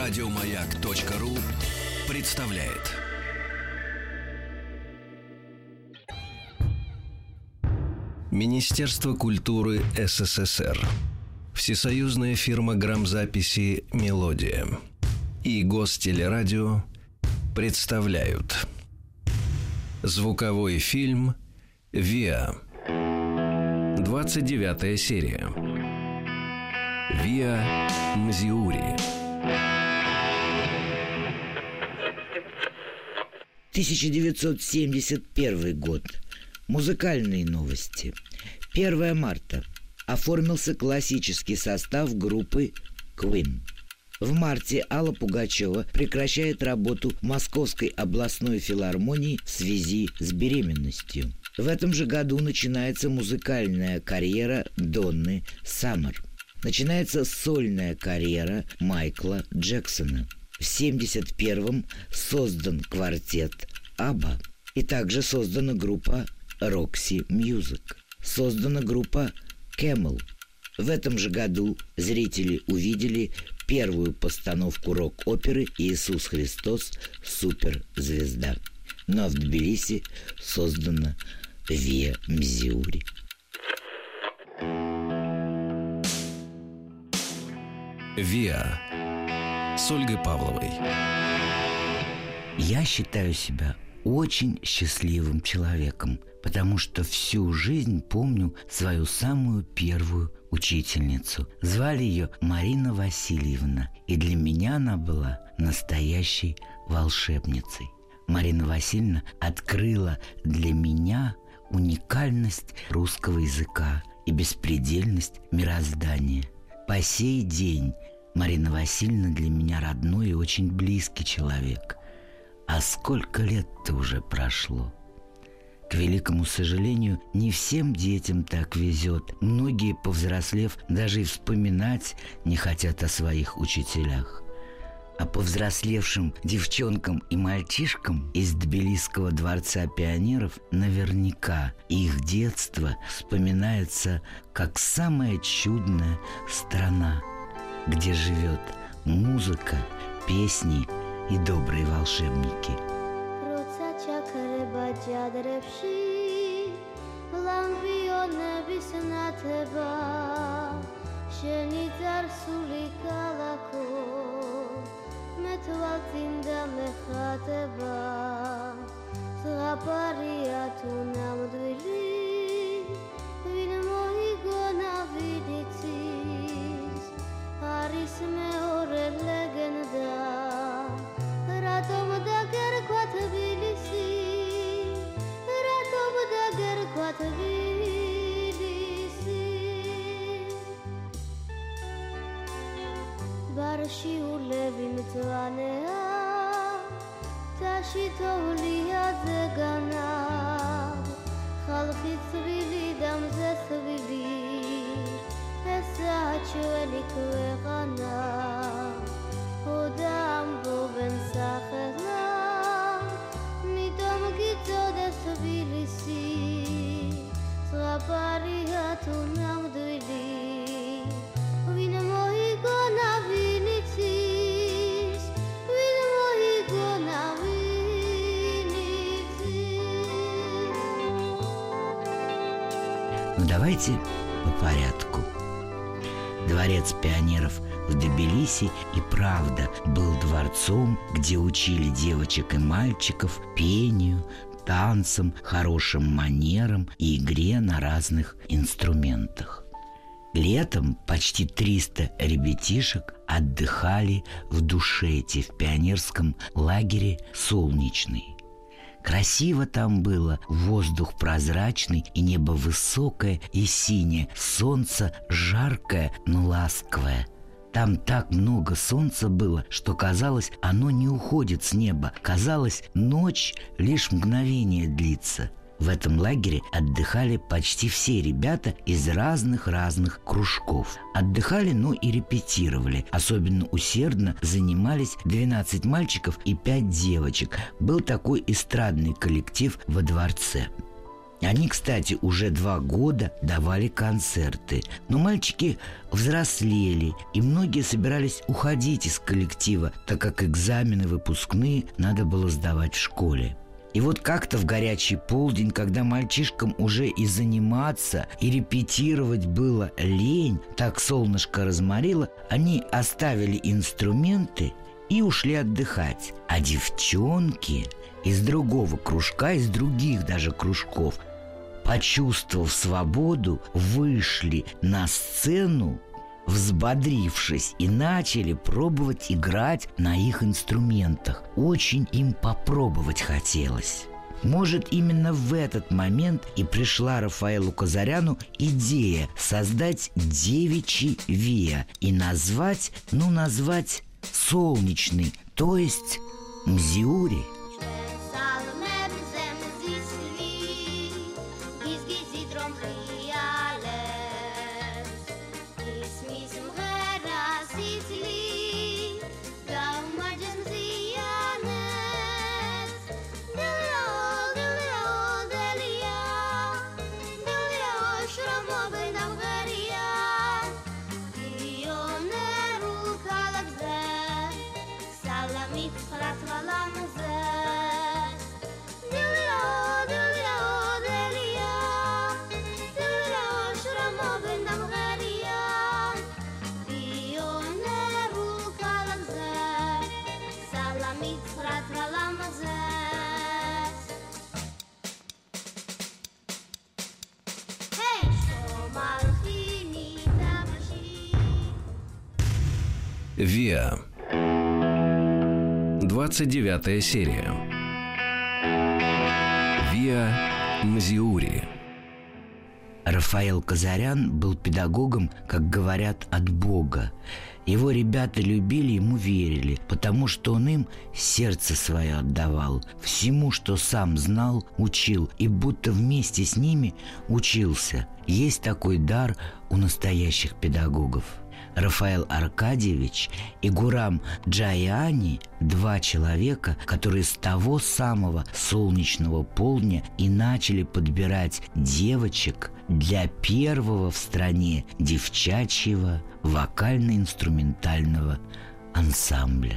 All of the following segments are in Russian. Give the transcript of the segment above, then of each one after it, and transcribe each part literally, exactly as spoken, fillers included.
Радиомаяк.ру представляет. Министерство культуры СССР, Всесоюзная фирма грамзаписи «Мелодия» и Гостелерадио представляют звуковой фильм «Виа». двадцать девятая серия. Виа Мзиури. тысяча девятьсот семьдесят первый год. Музыкальные новости. первое марта. Оформился классический состав группы Queen. В марте Алла Пугачева прекращает работу в Московской областной филармонии в связи с беременностью. В этом же году начинается музыкальная карьера Донны Саммер. Начинается сольная карьера Майкла Джексона. В семьдесят первом создан квартет Абба. И также создана группа Roxy Music. Создана группа Camel. В этом же году зрители увидели первую постановку рок-оперы «Иисус Христос. Суперзвезда». Ну а в Тбилиси создана Виа Мзиури. Виа с Ольгой Павловой. Я считаю себя очень счастливым человеком, потому что всю жизнь помню свою самую первую учительницу. Звали ее Марина Васильевна, и для меня она была настоящей волшебницей. Марина Васильевна открыла для меня уникальность русского языка и беспредельность мироздания. По сей день Марина Васильевна для меня родной и очень близкий человек. А сколько лет-то уже прошло? К великому сожалению, не всем детям так везет. Многие, повзрослев, даже и вспоминать не хотят о своих учителях. А повзрослевшим девчонкам и мальчишкам из Тбилисского дворца пионеров наверняка их детство вспоминается как самая чудная страна, где живет музыка, песни и добрые волшебники. ברשיעו לוי מתרניה תשיתו לי יד זה גנב חלכי צבילי דם זה סבילי אסעת שואלי כרחנה הודם בו בן סחרנה מתום גיצו דה סבילי סי סרפרי התונם דוילי Ну давайте по порядку. Дворец пионеров в Тбилиси и правда был дворцом, где учили девочек и мальчиков пению, танцам, хорошим манерам и игре на разных инструментах. Летом почти триста ребятишек отдыхали в Душете, в пионерском лагере «Солнечный». Красиво там было, воздух прозрачный и небо высокое и синее, солнце жаркое, но ласковое. Там так много солнца было, что казалось, оно не уходит с неба. Казалось, ночь лишь мгновение длится. В этом лагере отдыхали почти все ребята из разных-разных кружков. Отдыхали, но и репетировали. Особенно усердно занимались двенадцать мальчиков и пять девочек. Был такой эстрадный коллектив во дворце. Они, кстати, уже два года давали концерты. Но мальчики взрослели, и многие собирались уходить из коллектива, так как экзамены выпускные надо было сдавать в школе. И вот как-то в горячий полдень, когда мальчишкам уже и заниматься, и репетировать было лень, так солнышко разморило, они оставили инструменты и ушли отдыхать. А девчонки из другого кружка, из других даже кружков, почувствовав свободу, вышли на сцену, взбодрившись, и начали пробовать играть на их инструментах. Очень им попробовать хотелось. Может, именно в этот момент и пришла Рафаэлу Казаряну идея создать девичий веа и назвать, ну, назвать солнечный, то есть Мзиури. Виа. двадцать девятая серия. Виа Мзиури. Рафаэл Казарян был педагогом, как говорят, от Бога. Его ребята любили, ему верили, потому что он им сердце свое отдавал. Всему, что сам знал, учил, и будто вместе с ними учился. Есть такой дар у настоящих педагогов. Рафаэл Аркадьевич и Гурам Джаяни – два человека, которые с того самого солнечного полдня и начали подбирать девочек для первого в стране девчачьего вокально-инструментального ансамбля.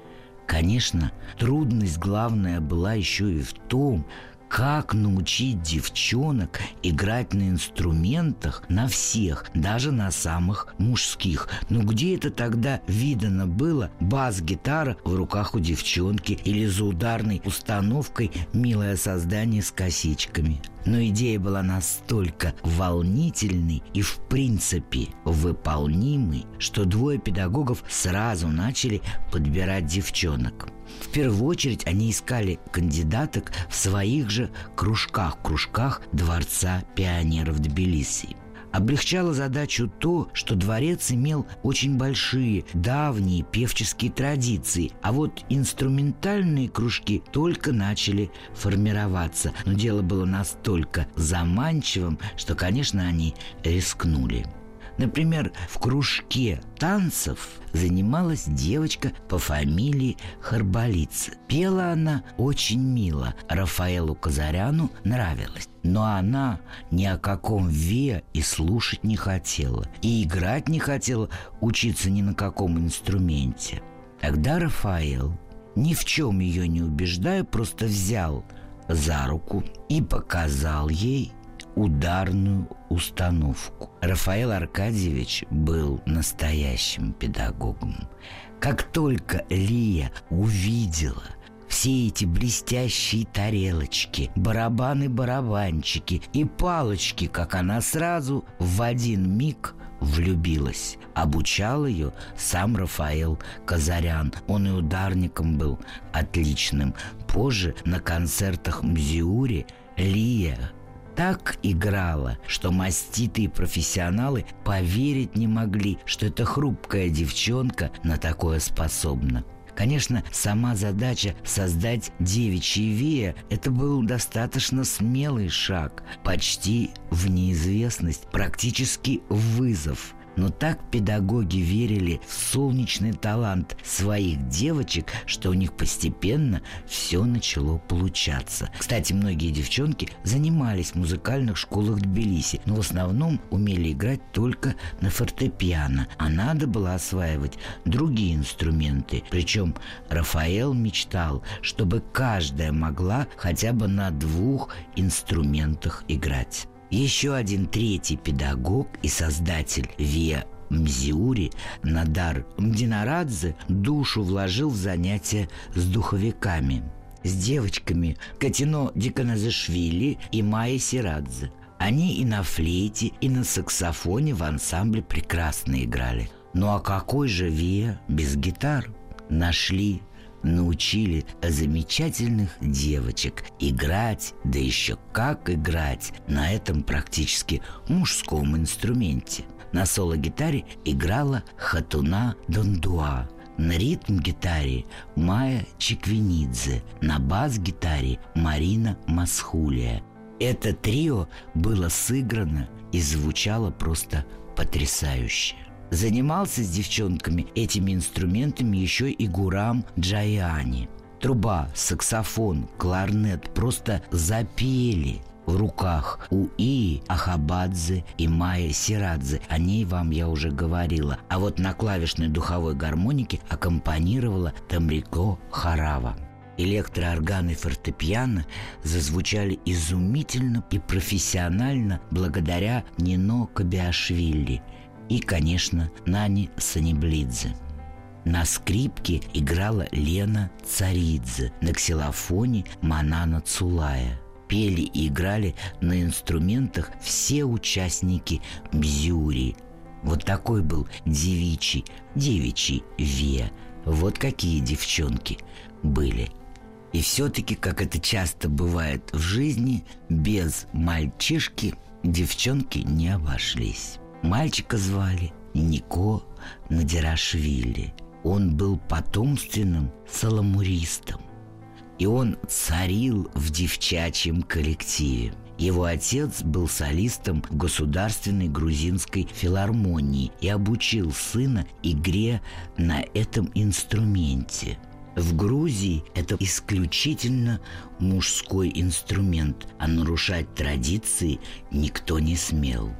Конечно, трудность главная была еще и в том, как научить девчонок играть на инструментах, на всех, даже на самых мужских. Но где это тогда видано было бас-гитара в руках у девчонки или за ударной установкой милое создание с косичками? Но идея была настолько волнительной и в принципе выполнимой, что двое педагогов сразу начали подбирать девчонок. В первую очередь они искали кандидаток в своих же кружках, кружках Дворца пионеров Тбилиси. Облегчало задачу то, что дворец имел очень большие, давние певческие традиции, а вот инструментальные кружки только начали формироваться. Но дело было настолько заманчивым, что, конечно, они рискнули. Например, в кружке танцев занималась девочка по фамилии Харбалица. Пела она очень мило, Рафаэлу Казаряну нравилось. Но она ни о каком веа и слушать не хотела, и играть не хотела, учиться ни на каком инструменте. Тогда Рафаэл, ни в чем ее не убеждая, просто взял за руку и показал ей ударную установку. Рафаэл Аркадьевич был настоящим педагогом. Как только Лия увидела все эти блестящие тарелочки, барабаны-барабанчики и палочки, как она сразу в один миг влюбилась. Обучал ее сам Рафаэл Казарян. Он и ударником был отличным. Позже на концертах Мзиури Лия так играла, что маститые профессионалы поверить не могли, что эта хрупкая девчонка на такое способна. Конечно, сама задача создать девичье веа – это был достаточно смелый шаг, почти в неизвестность, практически вызов. Но так педагоги верили в солнечный талант своих девочек, что у них постепенно все начало получаться. Кстати, многие девчонки занимались в музыкальных школах Тбилиси, но в основном умели играть только на фортепиано, а надо было осваивать другие инструменты. Причем Рафаэл мечтал, чтобы каждая могла хотя бы на двух инструментах играть. Еще один третий педагог и создатель Виа Мзиури, Надар Мдинарадзе, душу вложил в занятия с духовиками, с девочками Катино Диканазашвили и Майя Сирадзе. Они и на флейте, и на саксофоне в ансамбле прекрасно играли. Ну а какой же Виа без гитар? Нашли, научили замечательных девочек играть, да еще как играть на этом практически мужском инструменте. На соло-гитаре играла Хатуна Дондуа, на ритм-гитаре Майя Чиквинидзе, на бас-гитаре Марина Масхулия. Это трио было сыграно и звучало просто потрясающе. Занимался с девчонками этими инструментами еще и Гурам Джаяни. Труба, саксофон, кларнет просто запели в руках у Ии Ахабадзе и Майя Сирадзе. О ней вам я уже говорила. А вот на клавишной духовой гармонике аккомпанировала Тамрико Харава. Электроорганы фортепиано зазвучали изумительно и профессионально благодаря Нино Кобиашвили и, конечно, Нани Саниблидзе. На скрипке играла Лена Царидзе, на ксилофоне Манана Цулая. Пели и играли на инструментах все участники Мзиури. Вот такой был девичий, девичий Виа. Вот какие девчонки были. И все-таки, как это часто бывает в жизни, без мальчишки девчонки не обошлись. Мальчика звали Нико Надирашвили. Он был потомственным саламуристом, и он царил в девчачьем коллективе. Его отец был солистом в Государственной грузинской филармонии и обучил сына игре на этом инструменте. В Грузии это исключительно мужской инструмент, а нарушать традиции никто не смел.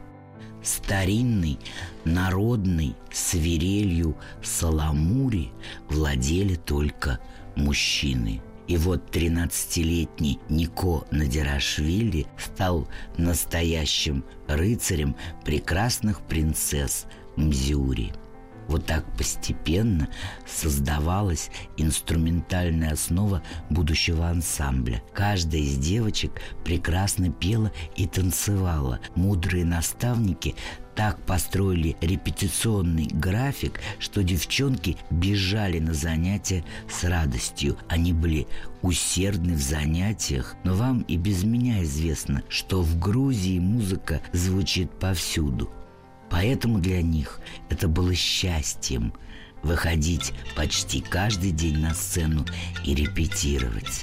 Старинный, народный свирелью саламури владели только мужчины. И вот тринадцатилетний Нико Надирашвили стал настоящим рыцарем прекрасных принцесс Мзиури. Вот так постепенно создавалась инструментальная основа будущего ансамбля. Каждая из девочек прекрасно пела и танцевала. Мудрые наставники так построили репетиционный график, что девчонки бежали на занятия с радостью. Они были усердны в занятиях, но вам и без меня известно, что в Грузии музыка звучит повсюду. Поэтому для них это было счастьем выходить почти каждый день на сцену и репетировать.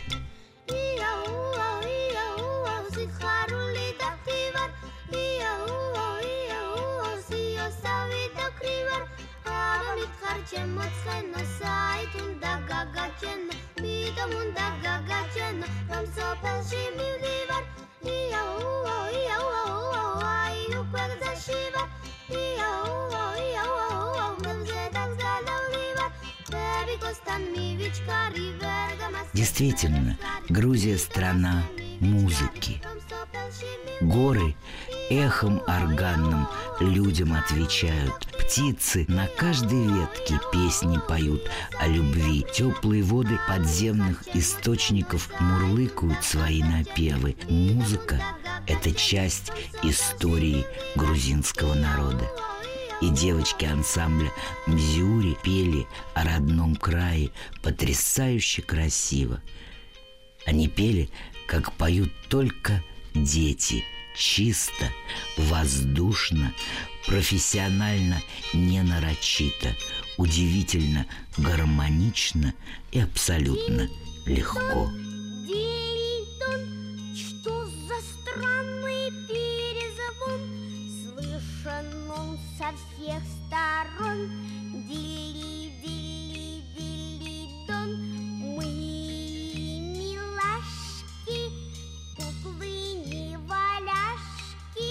Действительно, Грузия – страна музыки. Горы эхом органным людям отвечают. Птицы на каждой ветке песни поют о любви. Теплые воды подземных источников мурлыкают свои напевы. Музыка – это часть истории грузинского народа. И девочки ансамбля Мзиури пели о родном крае потрясающе красиво. Они пели, как поют только дети, чисто, воздушно, профессионально, не нарочито, удивительно, гармонично и абсолютно легко. Со всех сторон. Дили-дили-дили-дон. Мы милашки, куклы-неваляшки,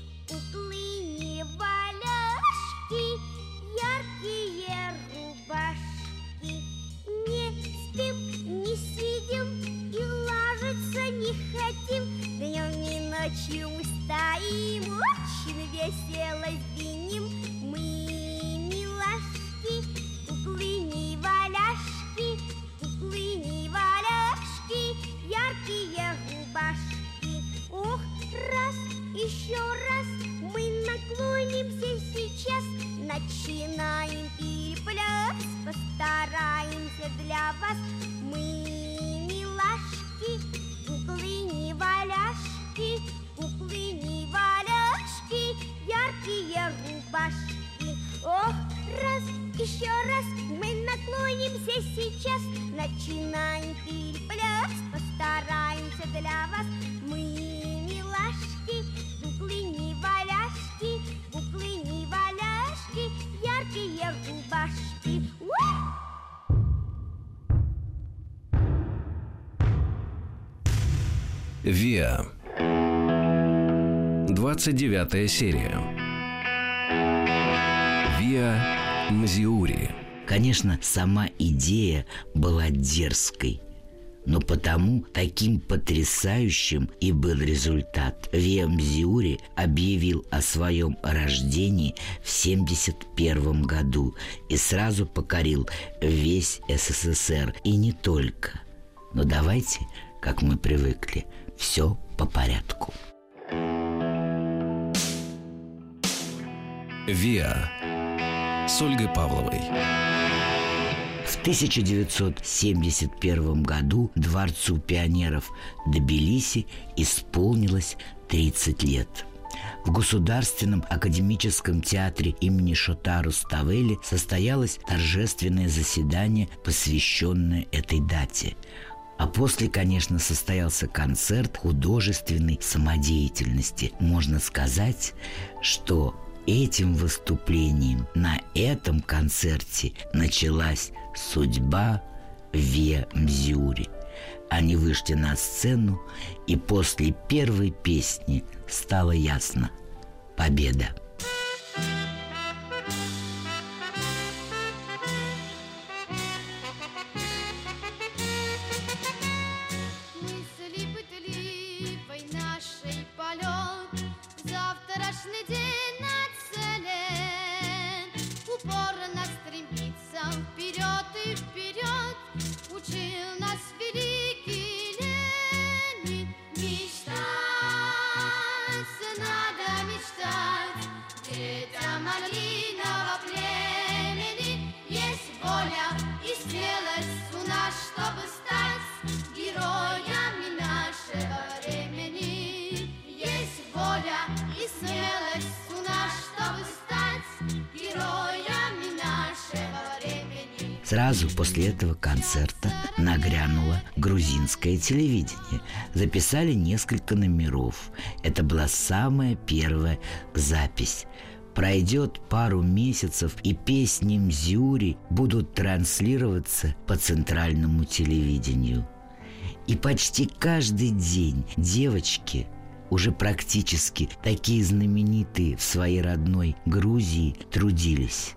куклы-неваляшки, яркие рубашки. Не спим, не сидим и ложиться не хотим. Днем и ночью мы стоим, очень весело звеним. Мы милашки, куклы-неваляшки, куклы-неваляшки, яркие рубашки. Ох, раз, еще раз мы наклонимся сейчас, начинаем перепляс, постараемся для вас. Мы милашки, куклы-неваляшки, куклы-неваляшки, яркие рубашки. Ох, раз, еще раз мы наклонимся сейчас, начинаем перепляс, постараемся для вас. Мы милашки, куклы-неваляшки, куклы-неваляшки, яркие рубашки. Ух! Виа. двадцать девятая серия. Виа Мзиури. Конечно, сама идея была дерзкой, но потому таким потрясающим и был результат. Виа Мзиури объявил о своем рождении в семьдесят первом году и сразу покорил весь СССР, и не только. Но давайте, как мы привыкли, все по порядку. Виа с Ольгой Павловой. В тысяча девятьсот семьдесят первом году Дворцу пионеров Тбилиси исполнилось тридцать лет. В Государственном академическом театре имени Шота Руставели состоялось торжественное заседание, посвященное этой дате. А после, конечно, состоялся концерт художественной самодеятельности. Можно сказать, что этим выступлением на этом концерте началась судьба Виа Мзиури. Они вышли на сцену, и после первой песни стало ясно – победа. Сразу после этого концерта нагрянуло грузинское телевидение. Записали несколько номеров. Это была самая первая запись. Пройдет пару месяцев, и песни Мзиури будут транслироваться по центральному телевидению. И почти каждый день девочки, уже практически такие знаменитые в своей родной Грузии, трудились.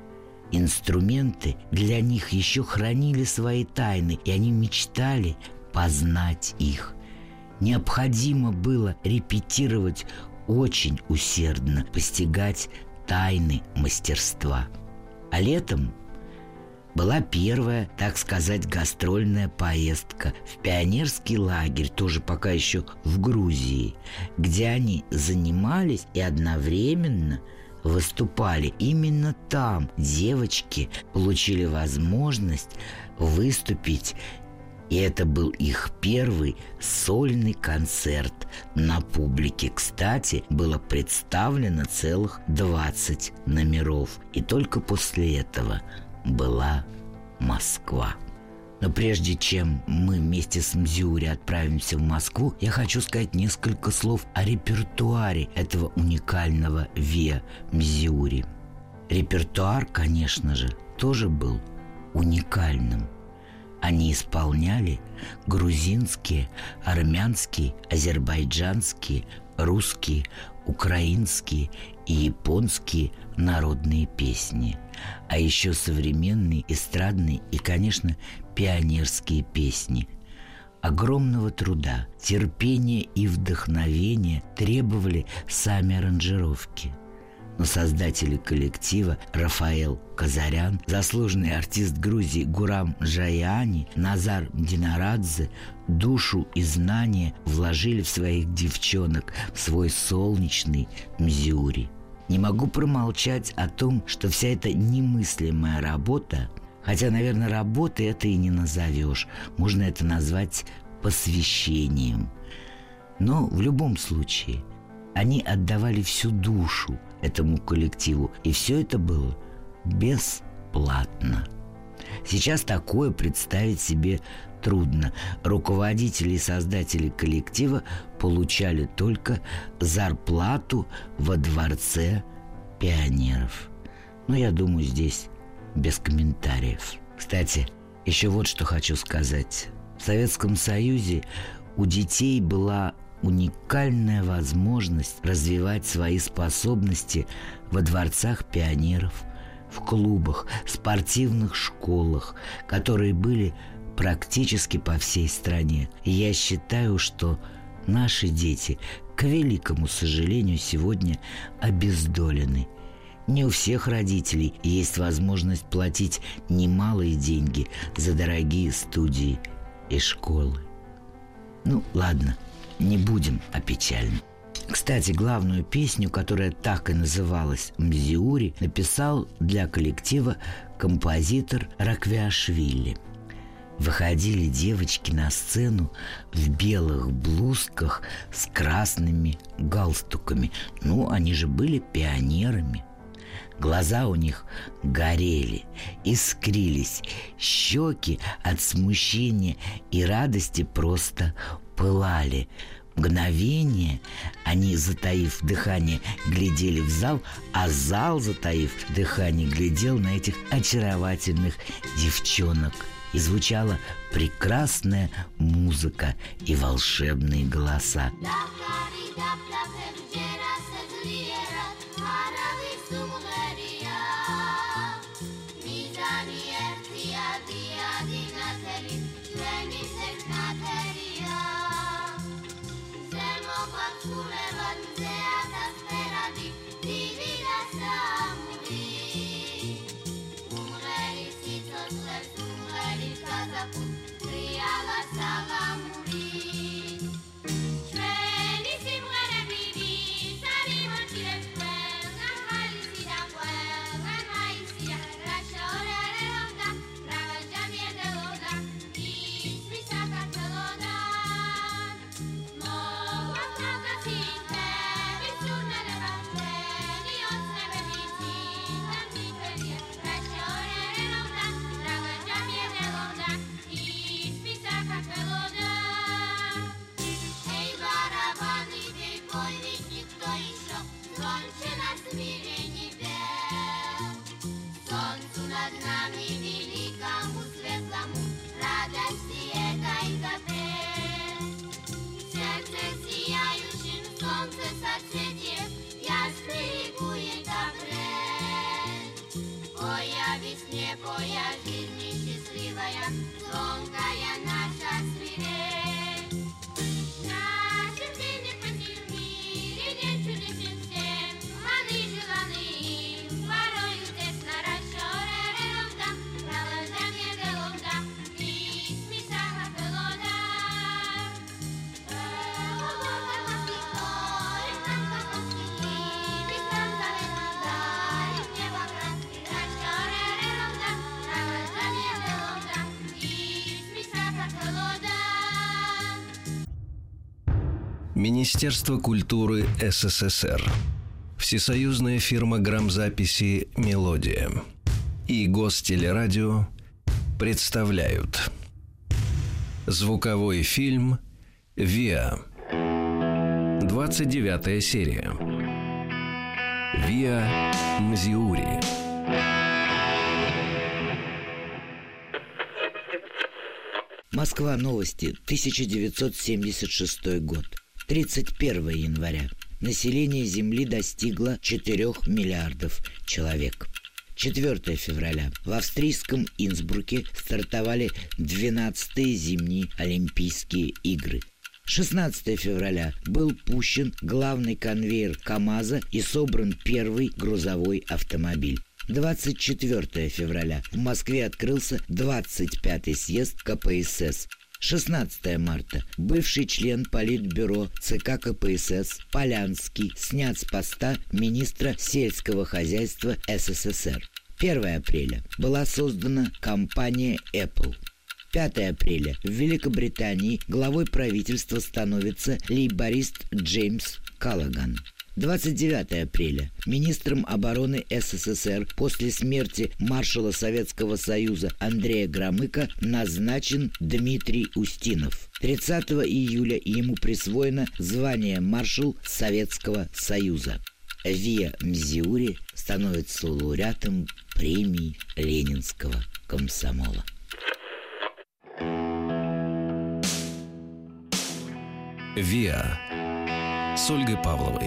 Инструменты для них еще хранили свои тайны, и они мечтали познать их. Необходимо было репетировать очень усердно, постигать тайны мастерства. А летом была первая, так сказать, гастрольная поездка в пионерский лагерь, тоже пока еще в Грузии, где они занимались и одновременно выступали. Именно там девочки получили возможность выступить, и это был их первый сольный концерт на публике. Кстати, было представлено целых двадцать номеров, и только после этого была Москва. Но прежде чем мы вместе с Мзиури отправимся в Москву, я хочу сказать несколько слов о репертуаре этого уникального Виа Мзиури. Репертуар, конечно же, тоже был уникальным. Они исполняли грузинские, армянские, азербайджанские, русские, украинские и японские народные песни, а еще современные эстрадные и, конечно, пионерские песни. Огромного труда, терпения и вдохновения требовали сами аранжировки. Но создатели коллектива Рафаэл Казарян, заслуженный артист Грузии Гурам Джаяни, Назар Динарадзе душу и знания вложили в своих девчонок, в свой солнечный Мзиури. Не могу промолчать о том, что вся эта немыслимая работа, хотя, наверное, работой это и не назовешь, можно это назвать посвящением. Но в любом случае они отдавали всю душу этому коллективу, и все это было бесплатно. Сейчас такое представить себе трудно. Руководители и создатели коллектива получали только зарплату во Дворце пионеров. Но я думаю, здесь без комментариев. Кстати, еще вот что хочу сказать. В Советском Союзе у детей была уникальная возможность развивать свои способности во дворцах пионеров, в клубах, спортивных школах, которые были практически по всей стране. И я считаю, что наши дети, к великому сожалению, сегодня обездолены. Не у всех родителей есть возможность платить немалые деньги за дорогие студии и школы. Ну, ладно, не будем о печальном. Кстати, главную песню, которая так и называлась «Мзиури», написал для коллектива композитор Раквиашвили. Выходили девочки на сцену в белых блузках с красными галстуками. Ну, они же были пионерами. Глаза у них горели, искрились, щеки от смущения и радости просто пылали. Мгновение они, затаив дыхание, глядели в зал, а зал, затаив дыхание, глядел на этих очаровательных девчонок. И звучала прекрасная музыка и волшебные голоса. Министерство культуры СССР, Всесоюзная фирма грамзаписи «Мелодия» и Гостелерадио представляют звуковой фильм «Виа». двадцать девятая серия. «Виа. Мзиури. Москва. Новости. тысяча девятьсот семьдесят шестой год. тридцать первого января. Население Земли достигло четырёх миллиардов человек. четвёртого февраля. В австрийском Инсбруке стартовали двенадцатые зимние Олимпийские игры. шестнадцатого февраля был пущен главный конвейер КАМАЗа и собран первый грузовой автомобиль. двадцать четвёртого февраля в Москве открылся двадцать пятый съезд ка пэ эс эс. шестнадцатого марта бывший член Политбюро ЦК ка пэ эс эс Полянский снят с поста министра сельского хозяйства эс эс эс эр. первого апреля была создана компания Apple. пятого апреля в Великобритании главой правительства становится лейборист Джеймс Каллоган. двадцать девятого апреля министром обороны эс эс эс эр после смерти маршала Советского Союза Андрея Громыка назначен Дмитрий Устинов. тридцатого июля ему присвоено звание маршал Советского Союза. Виа Мзиури становится лауреатом премии Ленинского комсомола. Виа с Ольгой Павловой.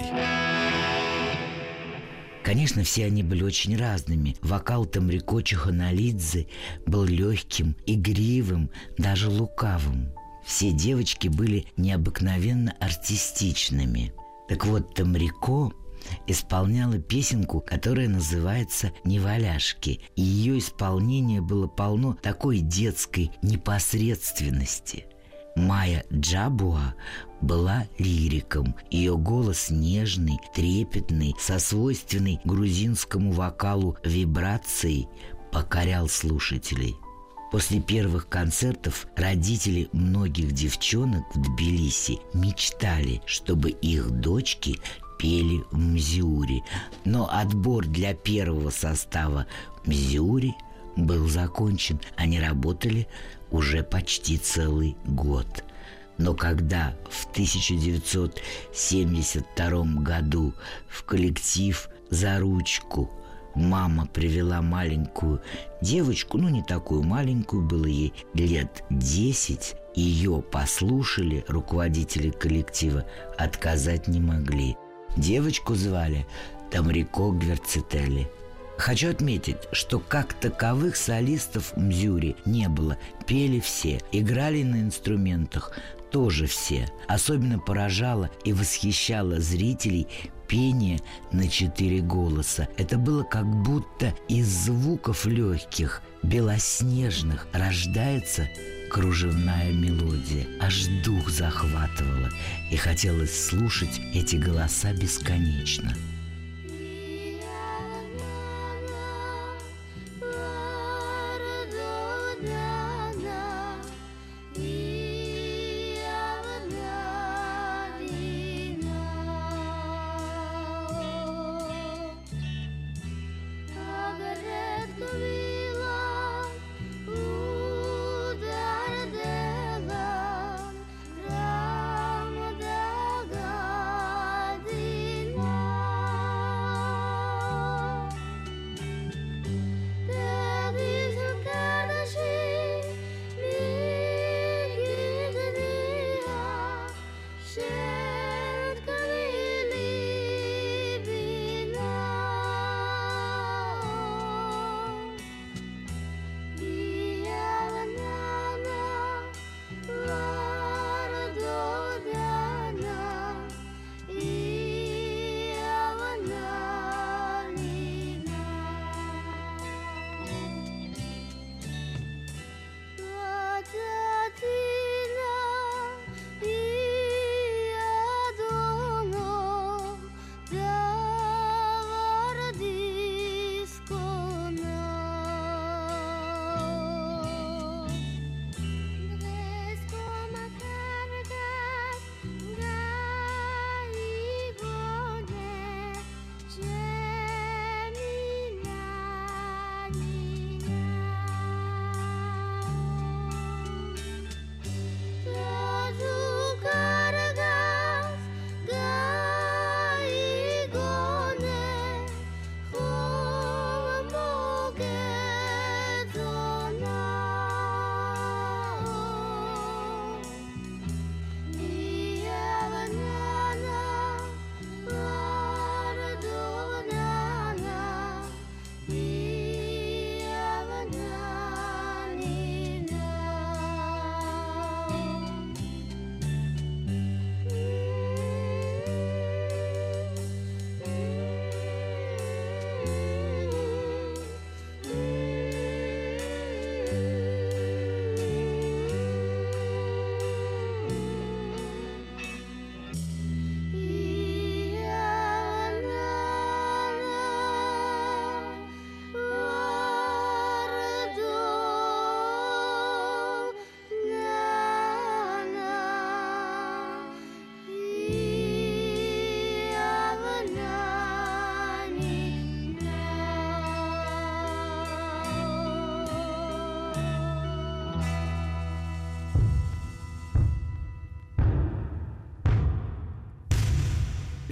Конечно, все они были очень разными. Вокал Тамрико Чуханалидзе был легким, игривым, даже лукавым. Все девочки были необыкновенно артистичными. Так вот, Тамрико исполняла песенку, которая называется «Неваляшки». И ее исполнение было полно такой детской непосредственности. Майя Джабуа была лириком. Ее голос нежный, трепетный, со свойственной грузинскому вокалу вибрацией покорял слушателей. После первых концертов родители многих девчонок в Тбилиси мечтали, чтобы их дочки пели в Мзиури. Но отбор для первого состава Мзиури был закончен. Они работали уже почти целый год. Но когда в тысяча девятьсот семьдесят втором году в коллектив за ручку мама привела маленькую девочку, ну не такую маленькую, было ей лет десять, ее послушали руководители коллектива, отказать не могли. Девочку звали Тамрико Гверцители. Хочу отметить, что как таковых солистов Мзиури не было. Пели все, играли на инструментах тоже все. Особенно поражало и восхищало зрителей пение на четыре голоса. Это было как будто из звуков легких, белоснежных, рождается кружевная мелодия. Аж дух захватывало, и хотелось слушать эти голоса бесконечно.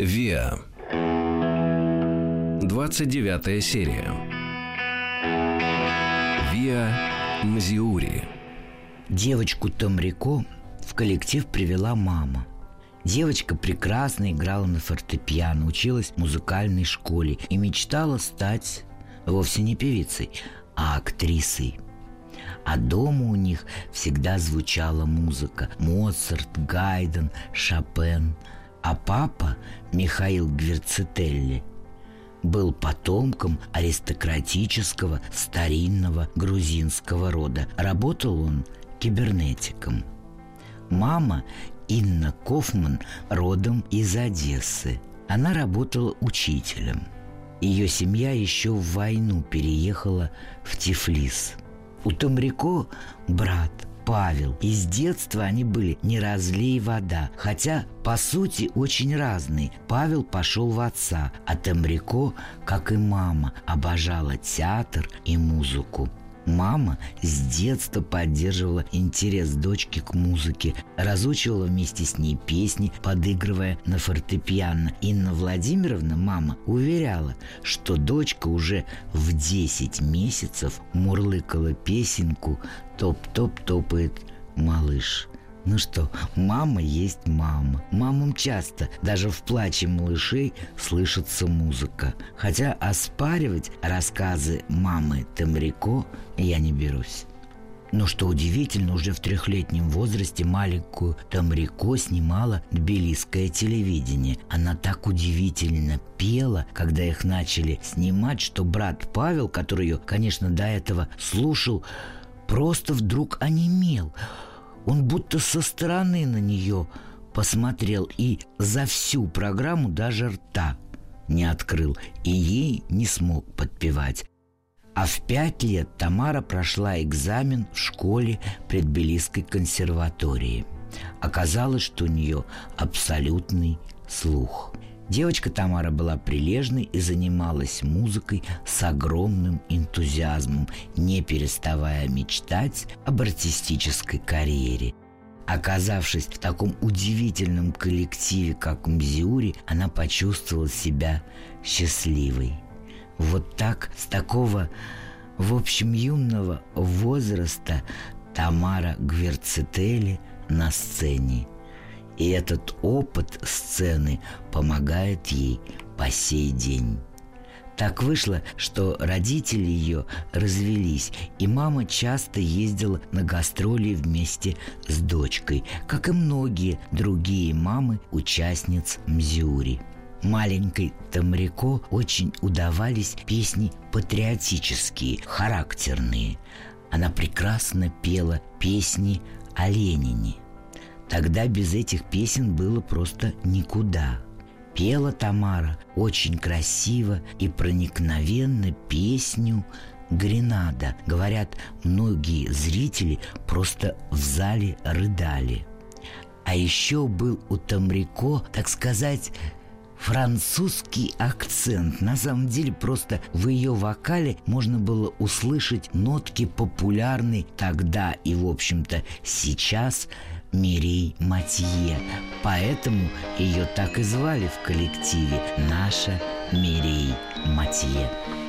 Виа. двадцать девятая серия. Виа Мзиури. Девочку Тамрико в коллектив привела мама. Девочка прекрасно играла на фортепиано, училась в музыкальной школе и мечтала стать вовсе не певицей, а актрисой. А дома у них всегда звучала музыка: Моцарт, Гайден, Шопен. А папа, Михаил Гверцетелли, был потомком аристократического старинного грузинского рода. Работал он кибернетиком. Мама, Инна Кофман, родом из Одессы. Она работала учителем. Ее семья еще в войну переехала в Тифлис. У Тамрико брат Павел. И с детства они были не разлей вода, хотя, по сути, очень разные. Павел пошел в отца, а Тамрико, как и мама, обожала театр и музыку. Мама с детства поддерживала интерес дочки к музыке, разучивала вместе с ней песни, подыгрывая на фортепиано. Инна Владимировна, мама, уверяла, что дочка уже в десять месяцев мурлыкала песенку «Топ-топ топает малыш». Ну что, мама есть мама. Мамам часто, даже в плаче малышей, слышится музыка. Хотя оспаривать рассказы мамы Тамрико я не берусь. Но что удивительно, уже в трехлетнем возрасте маленькую Тамрико снимала тбилисское телевидение. Она так удивительно пела, когда их начали снимать, что брат Павел, который ее, конечно, до этого слушал, просто вдруг онемел. Он будто со стороны на нее посмотрел и за всю программу даже рта не открыл и ей не смог подпевать. А в пять лет Тамара прошла экзамен в школе при Тбилисской консерватории. Оказалось, что у нее абсолютный слух. Девочка Тамара была прилежной и занималась музыкой с огромным энтузиазмом, не переставая мечтать об артистической карьере. Оказавшись в таком удивительном коллективе, как Мзиури, она почувствовала себя счастливой. Вот так, с такого, в общем, юного возраста Тамара Гверцетелли на сцене. И этот опыт сцены помогает ей по сей день. Так вышло, что родители ее развелись, и мама часто ездила на гастроли вместе с дочкой, как и многие другие мамы участниц Мзиури. Маленькой Тамрико очень удавались песни патриотические, характерные. Она прекрасно пела песни о Ленине. Тогда без этих песен было просто никуда. Пела Тамара очень красиво и проникновенно песню «Гренада». Говорят, многие зрители просто в зале рыдали. А еще был у Тамрико, так сказать, французский акцент. На самом деле просто в ее вокале можно было услышать нотки популярной тогда и, в общем-то, сейчас Мирей Матье. Поэтому ее так и звали в коллективе «Наша Мирей Матье».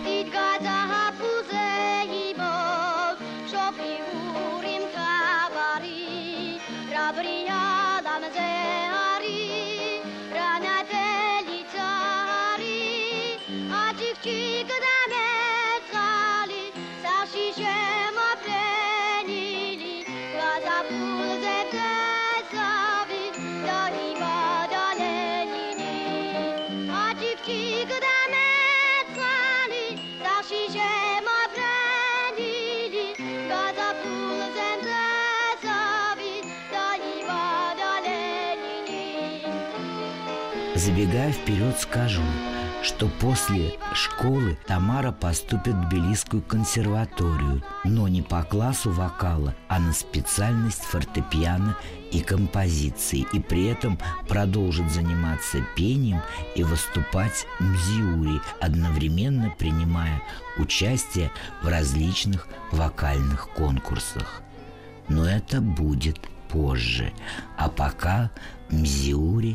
Забегая вперед, скажу, что после школы Тамара поступит в Тбилисскую консерваторию, но не по классу вокала, а на специальность фортепиано и композиции, и при этом продолжит заниматься пением и выступать в Мзиури, одновременно принимая участие в различных вокальных конкурсах. Но это будет позже. А пока Мзиури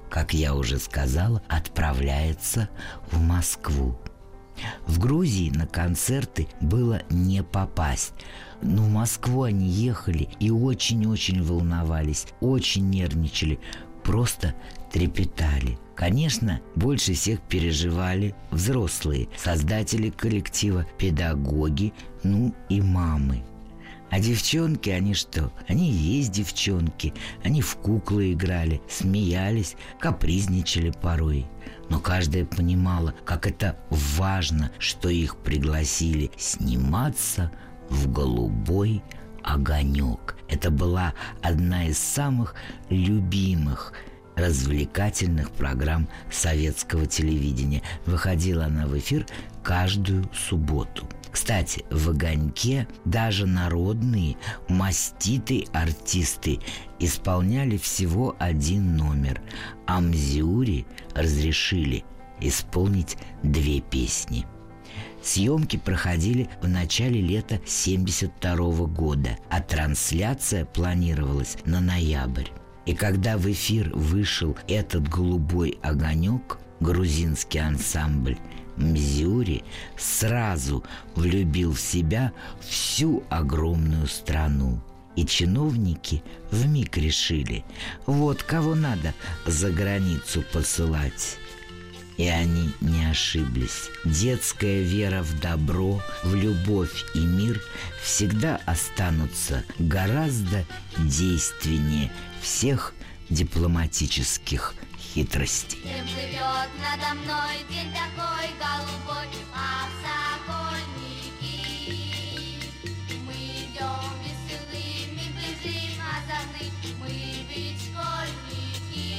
как я уже сказала, отправляется в Москву. В Грузии на концерты было не попасть. Но в Москву они ехали и очень-очень волновались, очень нервничали, просто трепетали. Конечно, больше всех переживали взрослые, создатели коллектива, педагоги, ну и мамы. А девчонки, они что? Они и есть девчонки. Они в куклы играли, смеялись, капризничали порой. Но каждая понимала, как это важно, что их пригласили сниматься в «Голубой огонек». Это была одна из самых любимых развлекательных программ советского телевидения. Выходила она в эфир каждую субботу. Кстати, в «Огоньке» даже народные маститые артисты исполняли всего один номер, а Мзиури разрешили исполнить две песни. Съемки проходили в начале лета семьдесят второго года, а трансляция планировалась на ноябрь. И когда в эфир вышел этот «Голубой огонек», грузинский ансамбль Мзиури сразу влюбил в себя всю огромную страну. И чиновники вмиг решили, вот кого надо за границу посылать. И они не ошиблись. Детская вера в добро, в любовь и мир всегда останутся гораздо действеннее всех дипломатических хитростей. Плывет надо мной день такой голубой, а сокольники. Мы идем веселыми, бежим озорны, мы ведь школьники.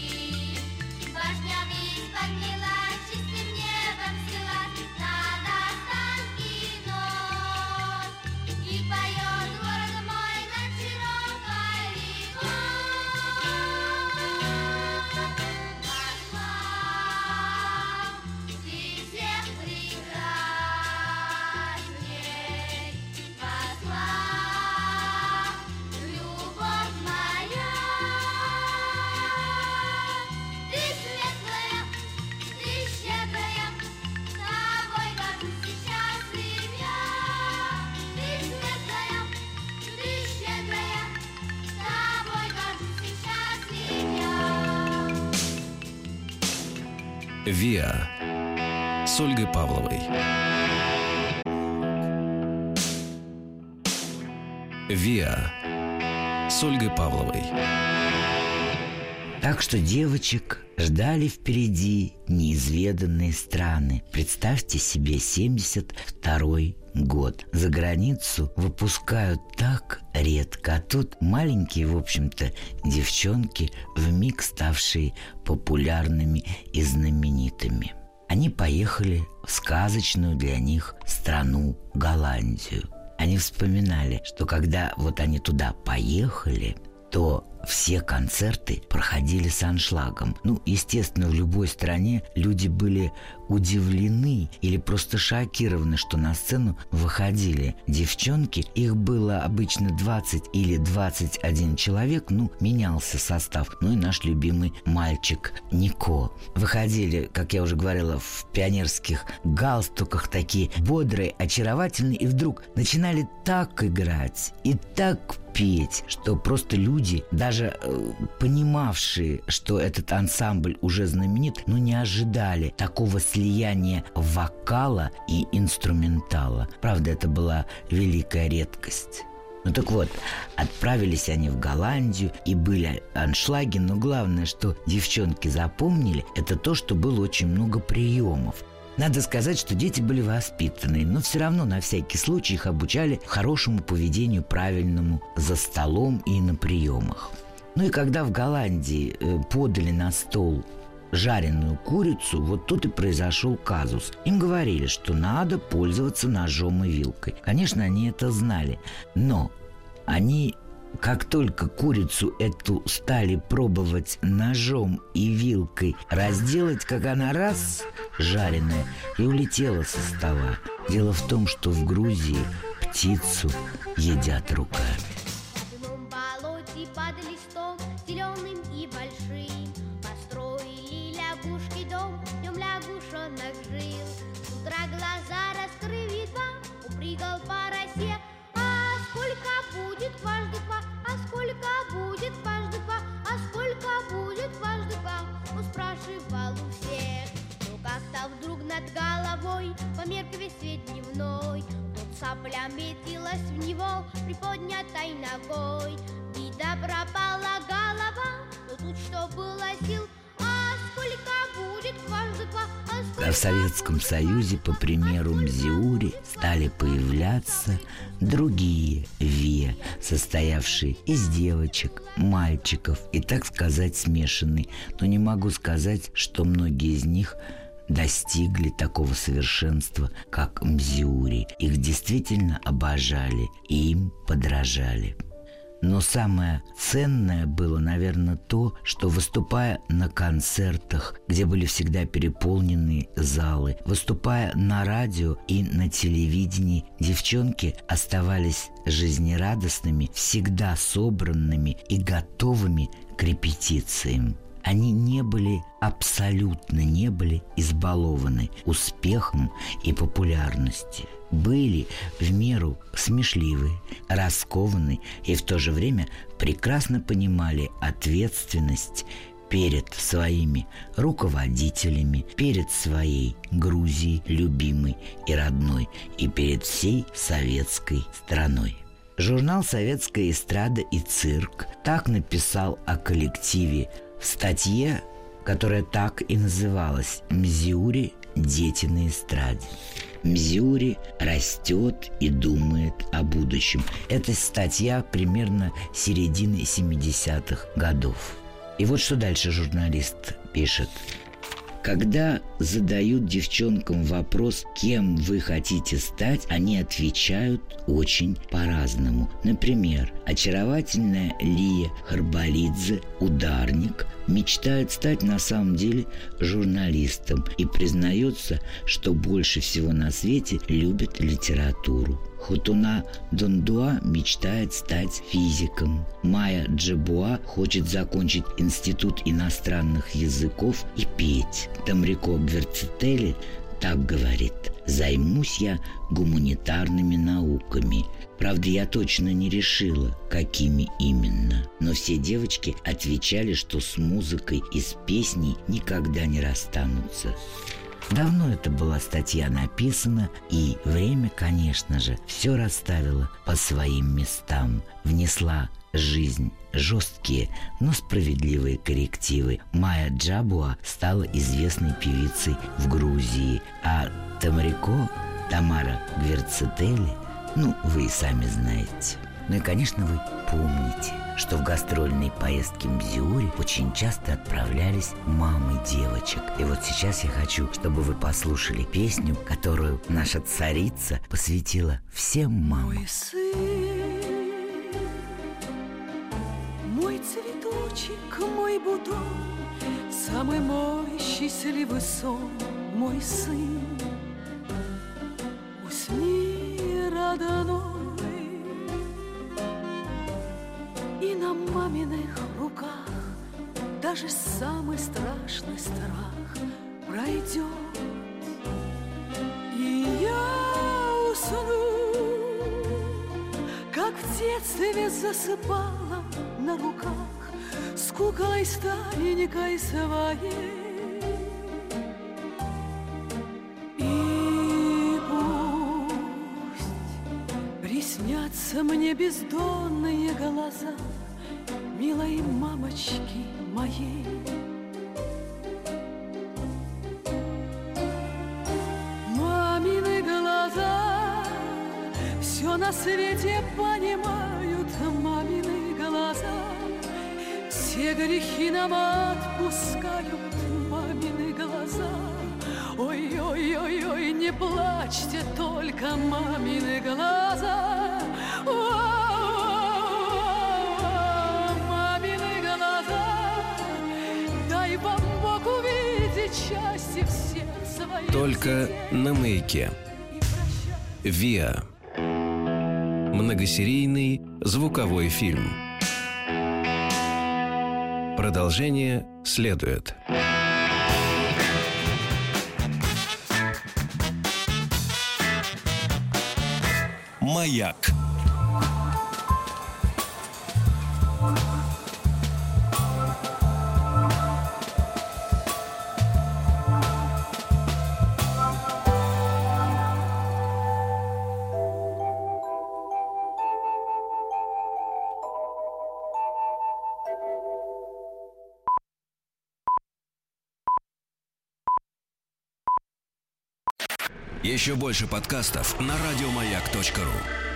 Башнями поднялась, чистым небом взялась над Останкиной. И поет город мой над широкой рекой. «Виа» с Ольгой Павловой. «Виа» с Ольгой Павловой. Так что девочек ждали впереди неизведанные страны. Представьте себе семьдесят второй год. За границу выпускают так редко. А тут маленькие, в общем-то, девчонки, вмиг ставшие популярными и знаменитыми. Они поехали в сказочную для них страну Голландию. Они вспоминали, что когда вот они туда поехали, то все концерты проходили с аншлагом. Ну, естественно, в любой стране люди были удивлены или просто шокированы, что на сцену выходили девчонки. Их было обычно двадцать или двадцать один человек, ну, менялся состав. Ну и наш любимый мальчик Нико. Выходили, как я уже говорила, в пионерских галстуках, такие бодрые, очаровательные, и вдруг начинали так играть и так петь, что просто люди, даже э, понимавшие, что этот ансамбль уже знаменит, но не ожидали такого слияния вокала и инструментала. Правда, это была великая редкость. Ну так вот, отправились они в Голландию, и были аншлаги, но главное, что девчонки запомнили, это то, что было очень много приемов. Надо сказать, что дети были воспитанные, но все равно на всякий случай их обучали хорошему поведению, правильному за столом и на приемах. Ну и когда в Голландии э, подали на стол жареную курицу, вот тут и произошел казус. Им говорили, что надо пользоваться ножом и вилкой. Конечно, они это знали, но они... Как только курицу эту стали пробовать ножом и вилкой разделать, как она раз жареная и улетела со стола. Дело в том, что в Грузии птицу едят руками. На болоте под листом зеленым и большим построил Сопля метилась в него приподнятой ногой. Вида пропала голова, но тут что было сил. А сколько будет дважды два? А сколько А в Советском Союзе, по примеру Мзиури, стали появляться другие ВИА, состоявшие из девочек, мальчиков и, так сказать, смешанные. Но не могу сказать, что многие из них достигли такого совершенства, как Мзиури. Их действительно обожали и им подражали. Но самое ценное было, наверное, то, что, выступая на концертах, где были всегда переполнены залы, выступая на радио и на телевидении, девчонки оставались жизнерадостными, всегда собранными и готовыми к репетициям. Они не были, абсолютно не были избалованы успехом и популярностью. Были в меру смешливы, раскованы и в то же время прекрасно понимали ответственность перед своими руководителями, перед своей Грузией, любимой и родной, и перед всей советской страной. Журнал «Советская эстрада и цирк» так написал о коллективе в статье, которая так и называлась «Мзиури. Дети на эстраде». Мзиури растет и думает о будущем. Это статья примерно середины семидесятых годов. И вот что дальше журналист пишет. Когда задают девчонкам вопрос, кем вы хотите стать, они отвечают очень по-разному. Например, очаровательная Лия Харбалидзе, ударник, мечтает стать на самом деле журналистом и признается, что больше всего на свете любит литературу. Хутуна Дондуа мечтает стать физиком. Майя Джебуа хочет закончить Институт иностранных языков и петь. Тамрико Гверцители так говорит: «Займусь я гуманитарными науками». Правда, я точно не решила, какими именно. Но все девочки отвечали, что с музыкой и с песней никогда не расстанутся. Давно это была статья написана, и время, конечно же, все расставило по своим местам, внесла жизнь жесткие, но справедливые коррективы. Майя Джабуа стала известной певицей в Грузии, а Тамрико, Тамара Гверцители, ну, вы и сами знаете. Ну и, конечно, вы помните, что в гастрольные поездки Мзиури очень часто отправлялись мамы девочек. И вот сейчас я хочу, чтобы вы послушали песню, которую наша царица посвятила всем мамам. Мой сын, мой цветочек, мой бутон, самый мой счастливый сон, мой сын. Усни, родной, и на маминых руках даже самый страшный страх пройдет. И я усну, как в детстве засыпала на руках с куклой старенькой своей. И пусть приснятся мне бездонные глаза милой мамочки моей. Мамины глаза все на свете понимают, мамины глаза все грехи нам отпускают, мамины глаза. Ой-ой-ой-ой, не плачьте только, мамины глаза. Мамины глаза, дай вам Бог увидеть счастье всех своих Только детей. на Маяке. ВИА. Многосерийный звуковой фильм. Продолжение следует. Маяк. Еще больше подкастов на радиомаяк точка ру.